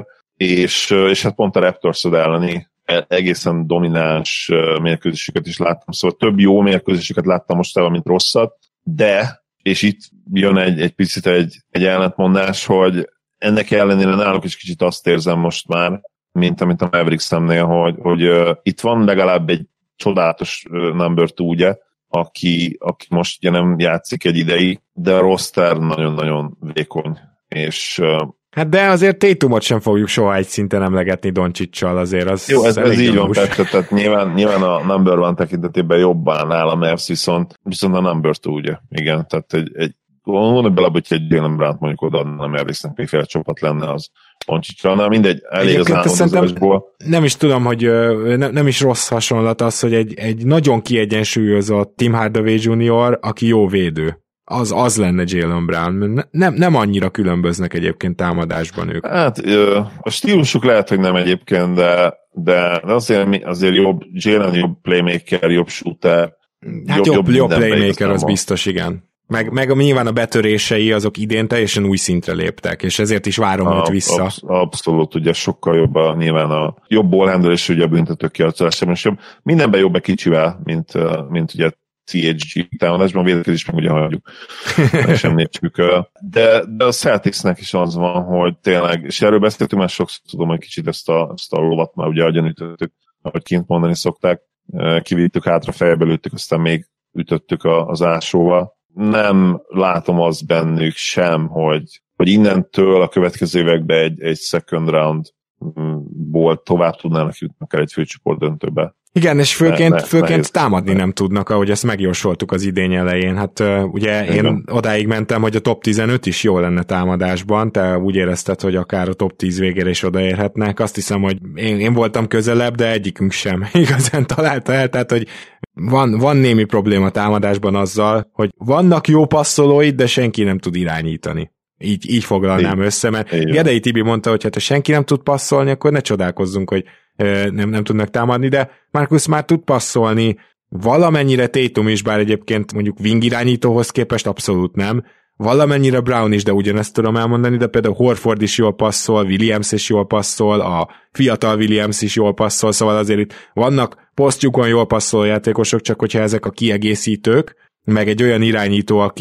és hát pont a Raptors elleni egészen domináns mérkőzésüket is láttam, szóval több jó mérkőzésüket láttam most el, mint rosszat, de, és itt jön egy picit egy ellentmondás, hogy ennek ellenére náluk is kicsit azt érzem most már, mint amit a Mavericks-nél, hogy itt van legalább egy csodálatos number 2, ugye, aki most ugye nem játszik egy ideig, de a roster nagyon-nagyon vékony, és hát de azért Tatumot sem fogjuk soha egy szinten emlegetni Doncsicsal, azért az... Jó, ez így van, persze, tehát nyilván a number 1 tekintetében jobban áll a Mavs, viszont a number 2, ugye, igen, tehát mondom bele, hogy egy Jalen Brown mondjuk odaadna a Mavericksnek, még fél csapat lenne az Doncsicsra, na mindegy, elég az álmodozásból. Nem is tudom, hogy nem is rossz hasonlat az, hogy egy nagyon kiegyensúlyozott Tim Hardaway Jr., aki jó védő. Az lenne Jalen Brown. Nem annyira különböznek egyébként támadásban ők. Hát a stílusuk lehet, hogy nem egyébként, de azért jobb, Jalen jobb playmaker, jobb shooter. Hát jobb playmaker, az biztos, igen. Meg nyilván a betörései azok idén teljesen új szintre léptek, és ezért is várom őt vissza. Abszolút, ugye sokkal jobb nyilván a jobb ballhandlers, ugye a büntetők kiarcolásában is jobb. Mindenben jobb egy kicsivel, mint ugye CHG támadásban, a védekezés meg ugye hagyjuk. Sem nézzük. De a Celticsnek is az van, hogy tényleg, és erről beszéltünk már sokszor, tudom, hogy kicsit ezt a lovat már ugye agyanütöttük, ahogy kint mondani szokták, kivittük hátra, fejbe lőttük, aztán még ütöttük az ásóval. Nem látom azt bennük sem, hogy innentől a következő években egy second roundból tovább tudnának jutni akár egy főcsoport döntőbe. Igen, és főként támadni nem tudnak, ahogy ezt megjósoltuk az idény elején. Hát ugye én odáig mentem, hogy a top 15 is jó lenne támadásban, te úgy érezted, hogy akár a top 10 végére is odaérhetnek. Azt hiszem, hogy én voltam közelebb, de egyikünk sem igazán találta el, tehát hogy van némi probléma támadásban azzal, hogy vannak jó passzolóid, de senki nem tud irányítani. Így foglalnám össze, mert Gedei Tibi mondta, hogy hát ha senki nem tud passzolni, akkor ne csodálkozzunk, hogy nem tudnak támadni, de Marcus már tud passzolni, valamennyire Tatum is, bár egyébként mondjuk wing irányítóhoz képest abszolút nem, valamennyire Brown is, de ugyanezt tudom elmondani, de például Horford is jól passzol, Williams is jól passzol, a fiatal Williams is jól passzol, szóval azért itt vannak posztjukon jól passzoló játékosok, csak hogyha ezek a kiegészítők, meg egy olyan irányító, aki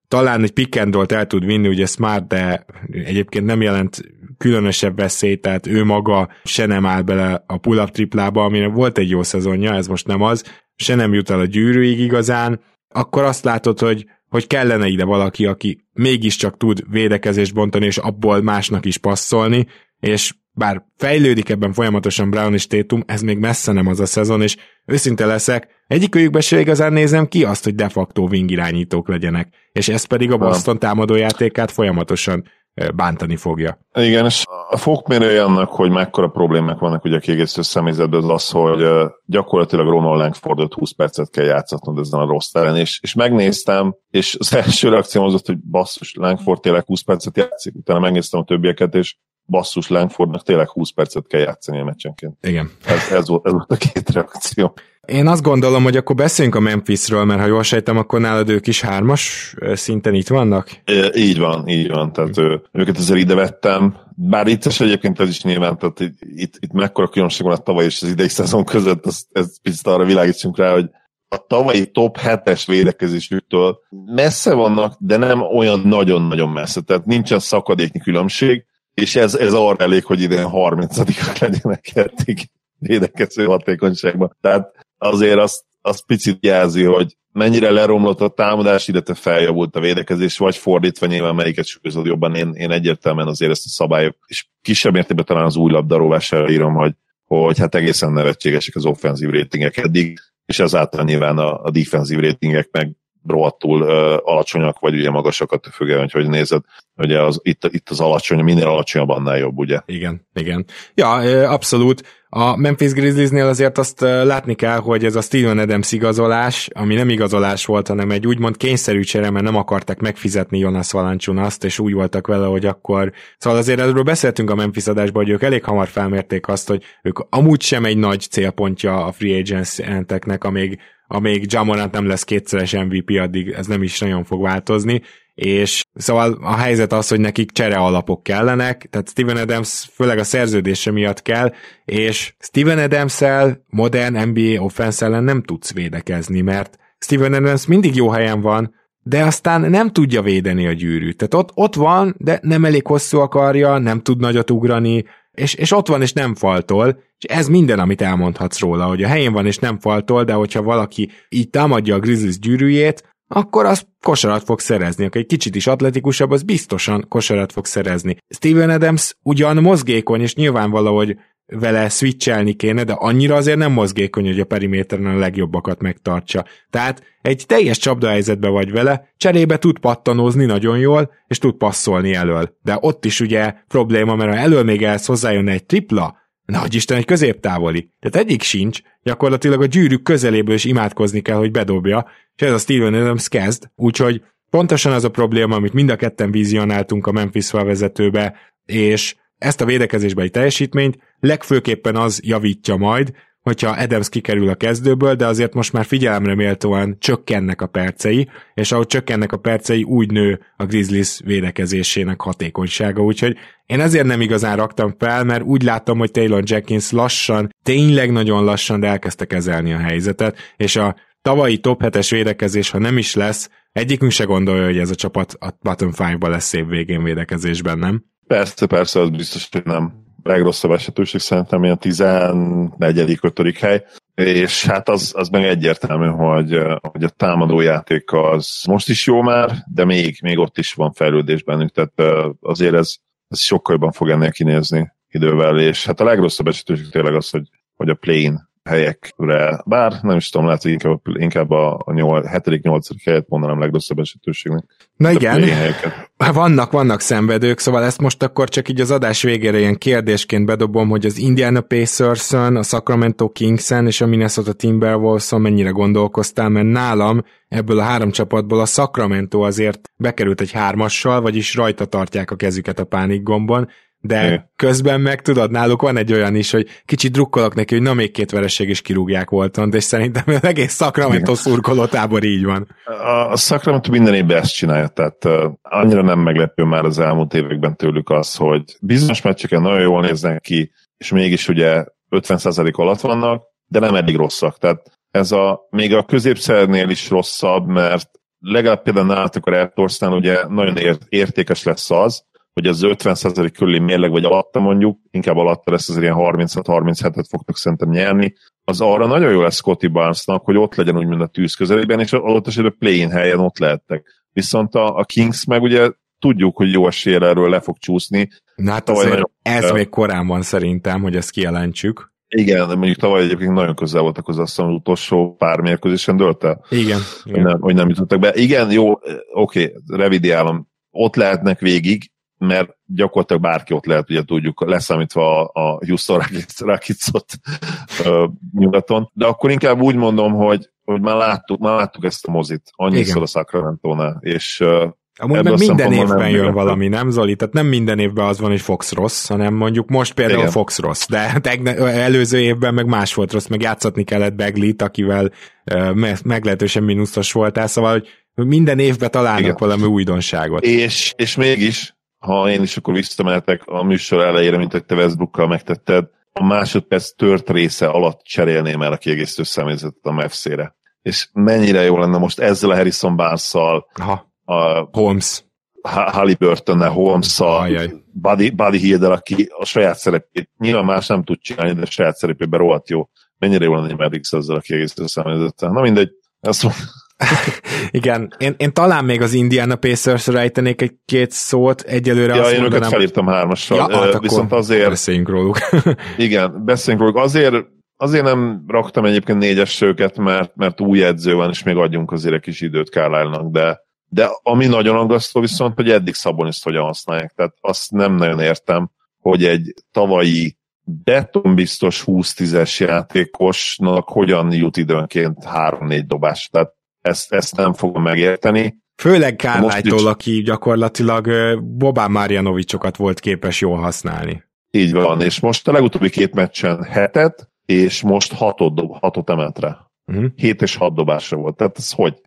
talán egy pick and roll-t el tud vinni, ugye Smart, de egyébként nem jelent különösebb veszély, tehát ő maga se nem áll bele a pull-up triplába, amire volt egy jó szezonja, ez most nem az, se nem jut el a gyűrűig igazán, akkor azt látod, hogy kellene ide valaki, aki mégiscsak tud védekezést bontani, és abból másnak is passzolni, és bár fejlődik ebben folyamatosan Brown és Tatum, ez még messze nem az a szezon, és őszinte leszek, egyikőjükben se igazán nézem ki azt, hogy de facto wing irányítók legyenek, és ez pedig a Boston támadójátékát folyamatosan bántani fogja. Igen, és a fokmérője annak, hogy mekkora problémák vannak ugye a kiegészítő személyzetben, az, hogy gyakorlatilag Ronald Langfordot 20 percet kell játszatnod ezen a rossz terén, és megnéztem, és az első reakcióm az volt, hogy basszus, Langford tényleg 20 percet játszik, utána megnéztem a többieket, és basszus, Langfordnak tényleg 20 percet kell játszani a meccsenként. Igen. Ez volt a két reakció. Én azt gondolom, hogy akkor beszéljünk a Memphisről, mert ha jól sejtem, akkor nálad ők is 3-as szinten itt vannak? Így van. Tehát őket azért ide vettem. Bár itt is egyébként ez is nyilván, tehát itt mekkora különbség van a tavaly és az idei szezon között, ez picit arra világítsunk rá, hogy a tavalyi top 7-es védekezésüktől messze vannak, de nem olyan nagyon-nagyon messze. Tehát nincsen szakadéknyi különbség, és ez arra elég, hogy idén 30-ak legyenek eddig védekező hatékonyságban. Tehát azért azt picit jelzi, hogy mennyire leromlott a támadás, illetve feljavult a védekezés, vagy fordítva nyilván melyiket súlyozod jobban. Én egyértelműen azért ezt a szabályok, és kisebb mértékben talán az új labdarúgással írom, hogy hát egészen nevetségesek az offenzív ratingek eddig, és ezáltal nyilván a defenzív ratingek meg rohadtul alacsonyak, vagy ugye magasakat függően, hogy nézed, ugye itt az alacsony, minél alacsonyabb, annál jobb, ugye? Igen. Ja, abszolút. A Memphis Grizzliesnél azért azt látni kell, hogy ez a Steven Adams igazolás, ami nem igazolás volt, hanem egy úgymond kényszerű csere, mert nem akarták megfizetni Jonas Valanciunast, és úgy voltak vele, hogy akkor... Szóval azért erről beszéltünk a Memphis adásban, hogy ők elég hamar felmérték azt, hogy ők amúgy sem egy nagy célpontja a free agents-eknek, amíg Ja Morant nem lesz 2-szeres MVP, addig ez nem is nagyon fog változni, és szóval a helyzet az, hogy nekik csere alapok kellenek, tehát Steven Adams főleg a szerződése miatt kell, és Steven Adams-szel modern NBA offense ellen nem tudsz védekezni, mert Steven Adams mindig jó helyen van, de aztán nem tudja védeni a gyűrűt. Tehát ott van, de nem elég hosszú a karja, nem tud nagyot ugrani, és ott van, és nem faltol, és ez minden, amit elmondhatsz róla, hogy a helyén van, és nem faltol, de hogyha valaki így támadja a Grizzlies gyűrűjét, akkor az kosarat fog szerezni. Aki egy kicsit is atletikusabb, az biztosan kosarat fog szerezni. Steven Adams ugyan mozgékony, és nyilvánvaló, hogy vele switchelni kéne, de annyira azért nem mozgékony, hogy a periméteren a legjobbakat megtartsa. Tehát egy teljes csapdahelyzetben vagy vele, cserébe tud pattanózni nagyon jól, és tud passzolni elől. De ott is ugye probléma, mert ha elől még ehhez hozzájönne egy tripla, nagy Isten, egy középtávoli. Tehát egyik sincs, gyakorlatilag a gyűrűk közeléből is imádkozni kell, hogy bedobja, és ez a Steven Adams kezd, úgyhogy pontosan az a probléma, amit mind a ketten vizionáltunk a Memphis felvezetőbe, és ezt a védekezésbeli teljesítményt legfőképpen az javítja majd, hogyha Adams kikerül a kezdőből, de azért most már figyelemre méltóan csökkennek a percei, és ahogy csökkennek a percei, úgy nő a Grizzlies védekezésének hatékonysága, úgyhogy én ezért nem igazán raktam fel, mert úgy láttam, hogy Taylor Jenkins lassan, tényleg nagyon lassan, de elkezdte kezelni a helyzetet, és a tavalyi top 7-es védekezés, ha nem is lesz, egyikünk se gondolja, hogy ez a csapat a bottom 5-ba lesz év végén védekezésben, nem? Persze, az biztos, hogy nem. Legrosszabb esetőség szerintem ilyen 14.-5. hely, és hát az meg egyértelmű, hogy a támadójáték az most is jó már, de még ott is van fejlődés bennünk, tehát azért ez sokkal jobban fog ennél kinézni idővel, és hát a legrosszabb esetőség tényleg az, hogy a play-in helyekre, bár nem is tudom, lehet, hogy inkább a 7.-8. helyet mondanám legrosszabb esetőségnek. Na igen, vannak szenvedők, szóval ezt most akkor csak így az adás végére ilyen kérdésként bedobom, hogy az Indiana Pacers-on, a Sacramento Kings-en és a Minnesota Timberwolves-on mennyire gondolkoztál, mert nálam ebből a 3 csapatból a Sacramento azért bekerült egy 3-assal, vagyis rajta tartják a kezüket a pánikgombon, de közben meg tudod, náluk van egy olyan is, hogy kicsit drukkolok neki, hogy na még 2 vereség is kirúgják Waltont, és szerintem az egész Sacramento szurkolótábor így van. A Sacramento minden évben ezt csinálja, tehát annyira nem meglepő már az elmúlt években tőlük az, hogy bizonyos meccseken nagyon jól néznek ki, és mégis ugye 50% alatt vannak, de nem eddig rosszak. Tehát ez még a középszernél is rosszabb, mert legalább például nálatok a Raptorsnál ugye nagyon értékes lesz az, hogy az 50% körüli mérleg, vagy alatta mondjuk, inkább alatta lesz, azért ilyen 36-37-et fogtok szerintem nyerni, az arra nagyon jó lesz Scottie Barnesnak, hogy ott legyen úgymond a tűz közelében, és adott esetben play-in helyen ott lehettek. Viszont a Kings meg ugye tudjuk, hogy jó eséllyel erről le fog csúszni. Na hát azért ez még korán van szerintem, hogy ezt kijelentsük. Igen, de mondjuk tavaly egyébként nagyon közel voltak az utolsó pár mérkőzésen dölt el. Igen. Hogy nem jutottak be. Igen, jó, oké, revidiálom. Ott lehetnek végig, mert gyakorlatilag bárki ott lehet, ugye tudjuk, leszámítva a Houston Rockets-ot nyugaton. De akkor inkább úgy mondom, hogy már láttuk ezt a mozit annyiszor a Sacramento-nál, és amúgy meg minden évben jön valami, nem Zoli? Tehát nem minden évben az van, hogy Fox rossz, hanem mondjuk most például igen. Fox rossz, de előző évben meg más volt rossz, meg játszatni kellett Bagley-t, akivel meglehetősen mínuszos voltál, szóval hogy minden évben találnak igen. valami újdonságot. És mégis, ha én is akkor visszamehetek a műsor elejére, mint hogy te Westbrookkal megtetted, a másodperc tört része alatt cserélném el a kiegészítő személyzetet a Mavs-ére. És mennyire jó lenne most ezzel a Harrison Barnes-szal, Holmes. Haliburton-nel, Holmes-szal, Buddy Hield-el, aki a saját szerepét nyilván más nem tud csinálni, de a saját szerepében rohadt jó. Mennyire jó lenne Mavericks ezzel a kiegészítő személyzettel. Na mindegy, ezt mondom. Igen, én talán még az Indiana Pacers-ra ejtenék egy-két szót, egyelőre azt én mondanám... őket felírtam 3-assal, viszont azért... Beszéljünk róluk. Igen, beszéljünk róluk. Azért nem raktam egyébként 4-es őket, mert új edző van, és még adjunk azért egy kis időt Carlisle-nak, de ami nagyon aggasztó viszont, hogy eddig Szaboniszt hogyan használják. Tehát azt nem nagyon értem, hogy egy tavalyi betonbiztos 20-10-es játékosnak hogyan jut időnként 3-4 dobás. Tehát ezt nem fogom megérteni. Főleg Carlisle-tól, aki gyakorlatilag Boban Marjanovicokat volt képes jól használni. Így van, és most a legutóbbi 2 meccsen 7-et, és most 6-ot emelt rá. 7 és 6 dobásra volt. Tehát ez hogy?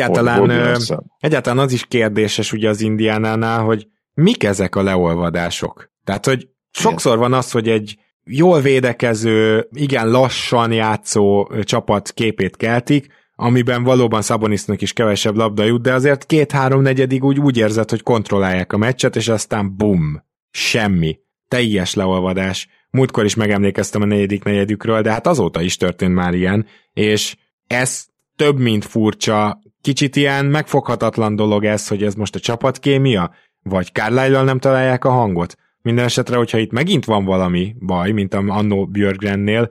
Egyáltalán az is kérdéses ugye az Indiánánál, hogy mik ezek a leolvadások. Tehát, hogy sokszor van az, hogy egy jól védekező, igen lassan játszó csapat képét keltik, amiben valóban Szabonisznak is kevesebb labda jut, de azért 2-3 negyedig úgy érzed, hogy kontrollálják a meccset, és aztán bum, semmi. Teljes leolvadás. Múltkor is megemlékeztem a 4. negyedükről, de hát azóta is történt már ilyen, és ez több, mint furcsa. Kicsit ilyen megfoghatatlan dolog ez, hogy ez most a csapatkémia, vagy Carlisle-lal nem találják a hangot. Minden esetre, hogyha itt megint van valami baj, mint annó Björkgrennél,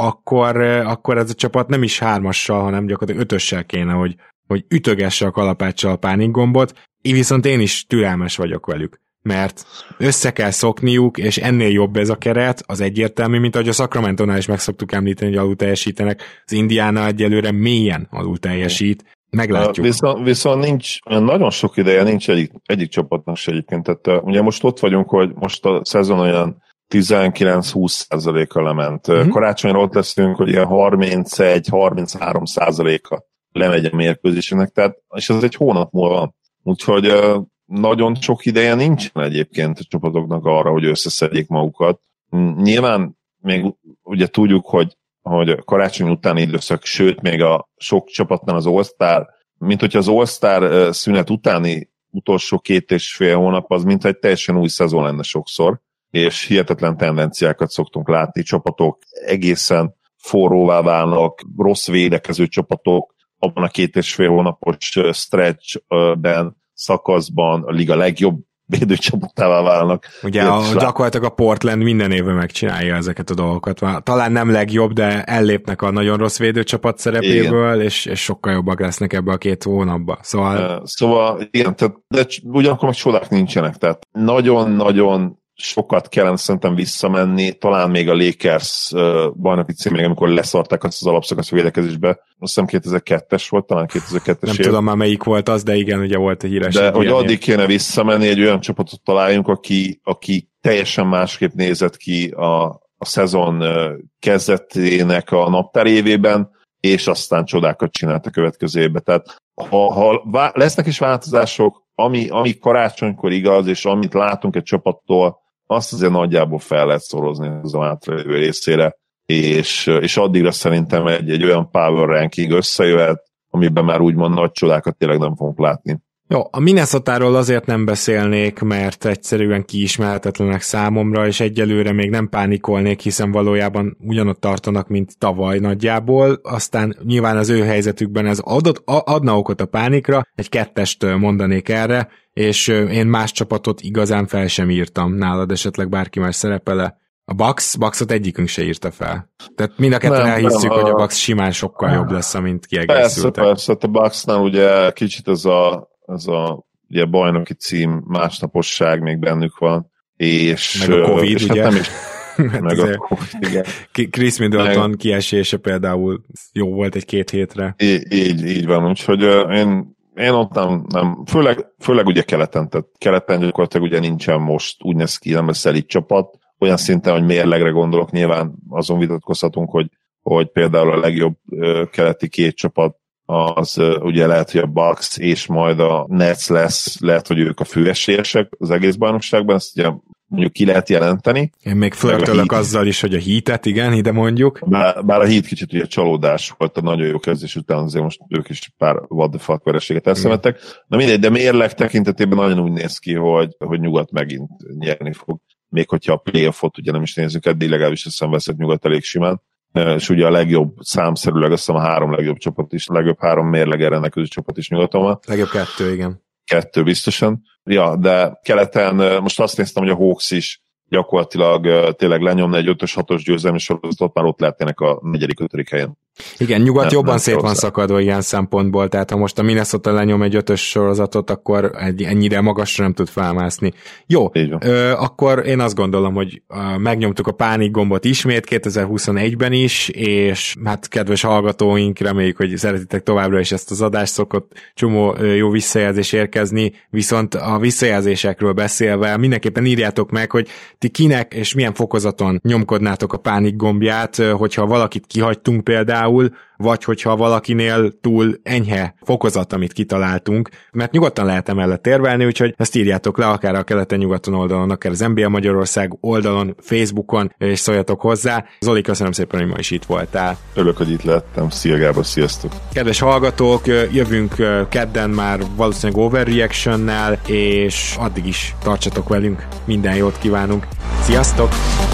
akkor ez a csapat nem is 3-assal, hanem gyakorlatilag 5-össel kéne, hogy ütögesse a kalapáccsal a pánikgombot, viszont én is türelmes vagyok velük, mert össze kell szokniuk, és ennél jobb ez a keret, az egyértelmű, mint ahogy a Sacramento-nál is meg szoktuk említeni, hogy alul teljesítenek, az Indiana egyelőre mélyen alul teljesít, meglátjuk. Viszont nincs, nagyon sok ideje nincs egyik csapatnak se egyébként, tehát ugye most ott vagyunk, hogy most a szezon olyan 19-20%-a lement. Karácsonyra ott leszünk, hogy ilyen 31-33%-a lemegy a mérkőzésének, tehát, és ez egy hónap múlva. Úgyhogy nagyon sok ideje nincsen egyébként a csapatoknak arra, hogy összeszedjék magukat. Nyilván még ugye tudjuk, hogy karácsony utáni időszak, sőt még a sok csapatnál az All-Star, mint hogyha az All-Star szünet utáni utolsó 2,5 hónap az mint egy teljesen új szezon lenne sokszor, és hihetetlen tendenciákat szoktunk látni, csapatok egészen forróvá válnak, rossz védekező csapatok, abban a 2,5 hónapos stretchben, szakaszban a liga legjobb védőcsapatává válnak. Ugye gyakorlatilag a Portland minden évben megcsinálja ezeket a dolgokat. Talán nem legjobb, de ellépnek a nagyon rossz védőcsapat szerepéből, és sokkal jobbak lesznek ebbe a 2 hónapba. Szóval igen, de ugyanakkor meg csodák nincsenek, tehát nagyon-nagyon sokat kellene szerintem visszamenni, talán még a Lakers bajnoki címig, amikor leszarták azt az alapszakasz védekezésbe, azt hiszem 2002-es volt, talán 2002-es Nem tudom már melyik volt az, de igen, ugye volt a híres. De hogy addig kéne visszamenni, egy olyan csapatot találjunk, aki teljesen másképp nézett ki a szezon kezdetének a naptár évében, és aztán csodákat csinált a következő évben. Tehát ha lesznek is változások, ami karácsonykor igaz, és amit látunk egy csapattól, azt azért nagyjából fel lehet szorozni az a hátralévő részére, és addigra szerintem egy olyan power ranking összejöhet, amiben már úgymond nagy csodákat tényleg nem fogunk látni. Jó, a Minnesotáról azért nem beszélnék, mert egyszerűen kiismerhetetlenek számomra, és egyelőre még nem pánikolnék, hiszen valójában ugyanott tartanak, mint tavaly nagyjából, aztán nyilván az ő helyzetükben ez adna okot a pánikra, egy 2-est mondanék erre, és én más csapatot igazán fel sem írtam, nálad esetleg bárki más szerepele. A Bucksot egyikünk se írta fel. Tehát mind a ketten elhisszük, hogy a Bucks simán sokkal jobb lesz, mint kiegészültek. Persze, a Bucksnál ugye kicsit ez a ugye bajnoki cím, másnaposság még bennük van, és meg a Covid, és ugye? Hát nem is, meg a Covid, igen. Chris Middleton kiesése például jó volt 1-2 hétre. Így van, úgyhogy én ott nem főleg ugye keleten, tehát keleten gyakorlatilag ugye nincsen most, úgy néz ki, nem lesz elit csapat, olyan szinten, hogy mérlegre gondolok, nyilván azon vitatkozhatunk, hogy például a legjobb keleti 2 csapat az ugye lehet, hogy a Bucks és majd a Nets lesz, lehet, hogy ők a főesélyesek az egész bajnokságban, ezt ugye mondjuk ki lehet jelenteni. Én még flörtölök azzal is, hogy a Heatet, igen, ide mondjuk. Bár a Heat kicsit ugye csalódás volt a nagyon jó kezdés után, azért most ők is pár what the fuck vereséget elszenvedtek. Na mindegy, de mérleg tekintetében nagyon úgy néz ki, hogy nyugat megint nyerni fog. Még hogyha a playoffot ugye nem is nézzük, eddig legalábbis azt veszett nyugat elég simán. És ugye a legjobb számszerűleg, azt hiszem a 3 legjobb csapat is, a legjobb 3 mérleggel rendelkező csapat is nyugaton van. Legjobb 2, igen. 2 biztosan. Ja, de keleten most azt néztem, hogy a Hawks is gyakorlatilag tényleg lenyomna egy 5-6-os győzelmi sorozatot, már ott lehetnének a 4.-5. helyen. Igen, nyugat jobban szét van szakadva ilyen szempontból, tehát ha most a Minnesota lenyom egy 5-ös sorozatot, akkor ennyire magasra nem tud felmászni. Jó, akkor én azt gondolom, hogy megnyomtuk a pánik gombot ismét 2021-ben is, és hát kedves hallgatóink, reméljük, hogy szeretitek továbbra is ezt az adást, szokott csomó jó visszajelzés érkezni, viszont a visszajelzésekről beszélve mindenképpen írjátok meg, hogy ti kinek és milyen fokozaton nyomkodnátok a pánik gombját, hogyha valakit kihagytunk például, vagy hogyha valakinél túl enyhe fokozat, amit kitaláltunk, mert nyugodtan lehet emellett érvelni, úgyhogy ezt írjátok le akár a keleten-nyugaton oldalon, akár az NBA Magyarország oldalon, Facebookon, és szóljatok hozzá. Zoli, köszönöm szépen, hogy ma is itt voltál. Örülök, hogy itt lettem. Szia Gábor, sziasztok! Kedves hallgatók, jövünk kedden már valószínűleg Overreaction-nel, és addig is tartsatok velünk, minden jót kívánunk. Sziasztok!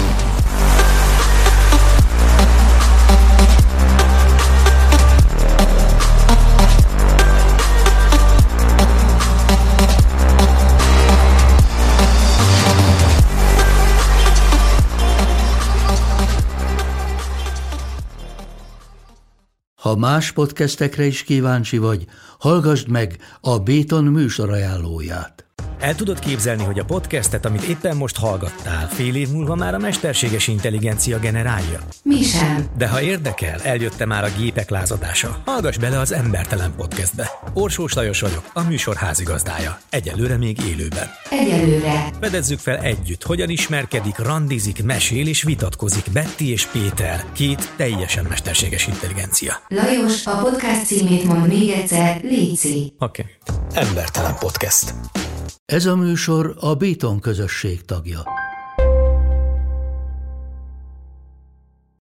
Ha más podcastekre is kíváncsi vagy, hallgassd meg a Béton műsor ajánlóját. El tudod képzelni, hogy a podcastet, amit éppen most hallgattál, fél év múlva már a mesterséges intelligencia generálja? Mi sem. De ha érdekel, eljött már a gépek lázadása. Hallgass bele az Embertelen Podcastbe. Orsós Lajos vagyok, a műsor házigazdája. Egyelőre még élőben. Egyelőre. Fedezzük fel együtt, hogyan ismerkedik, randizik, mesél és vitatkozik Betty és Péter, 2 teljesen mesterséges intelligencia. Lajos, a podcast címét mond még egyszer, léci. Oké. Embertelen Podcast. Ez a műsor a Béton közösség tagja.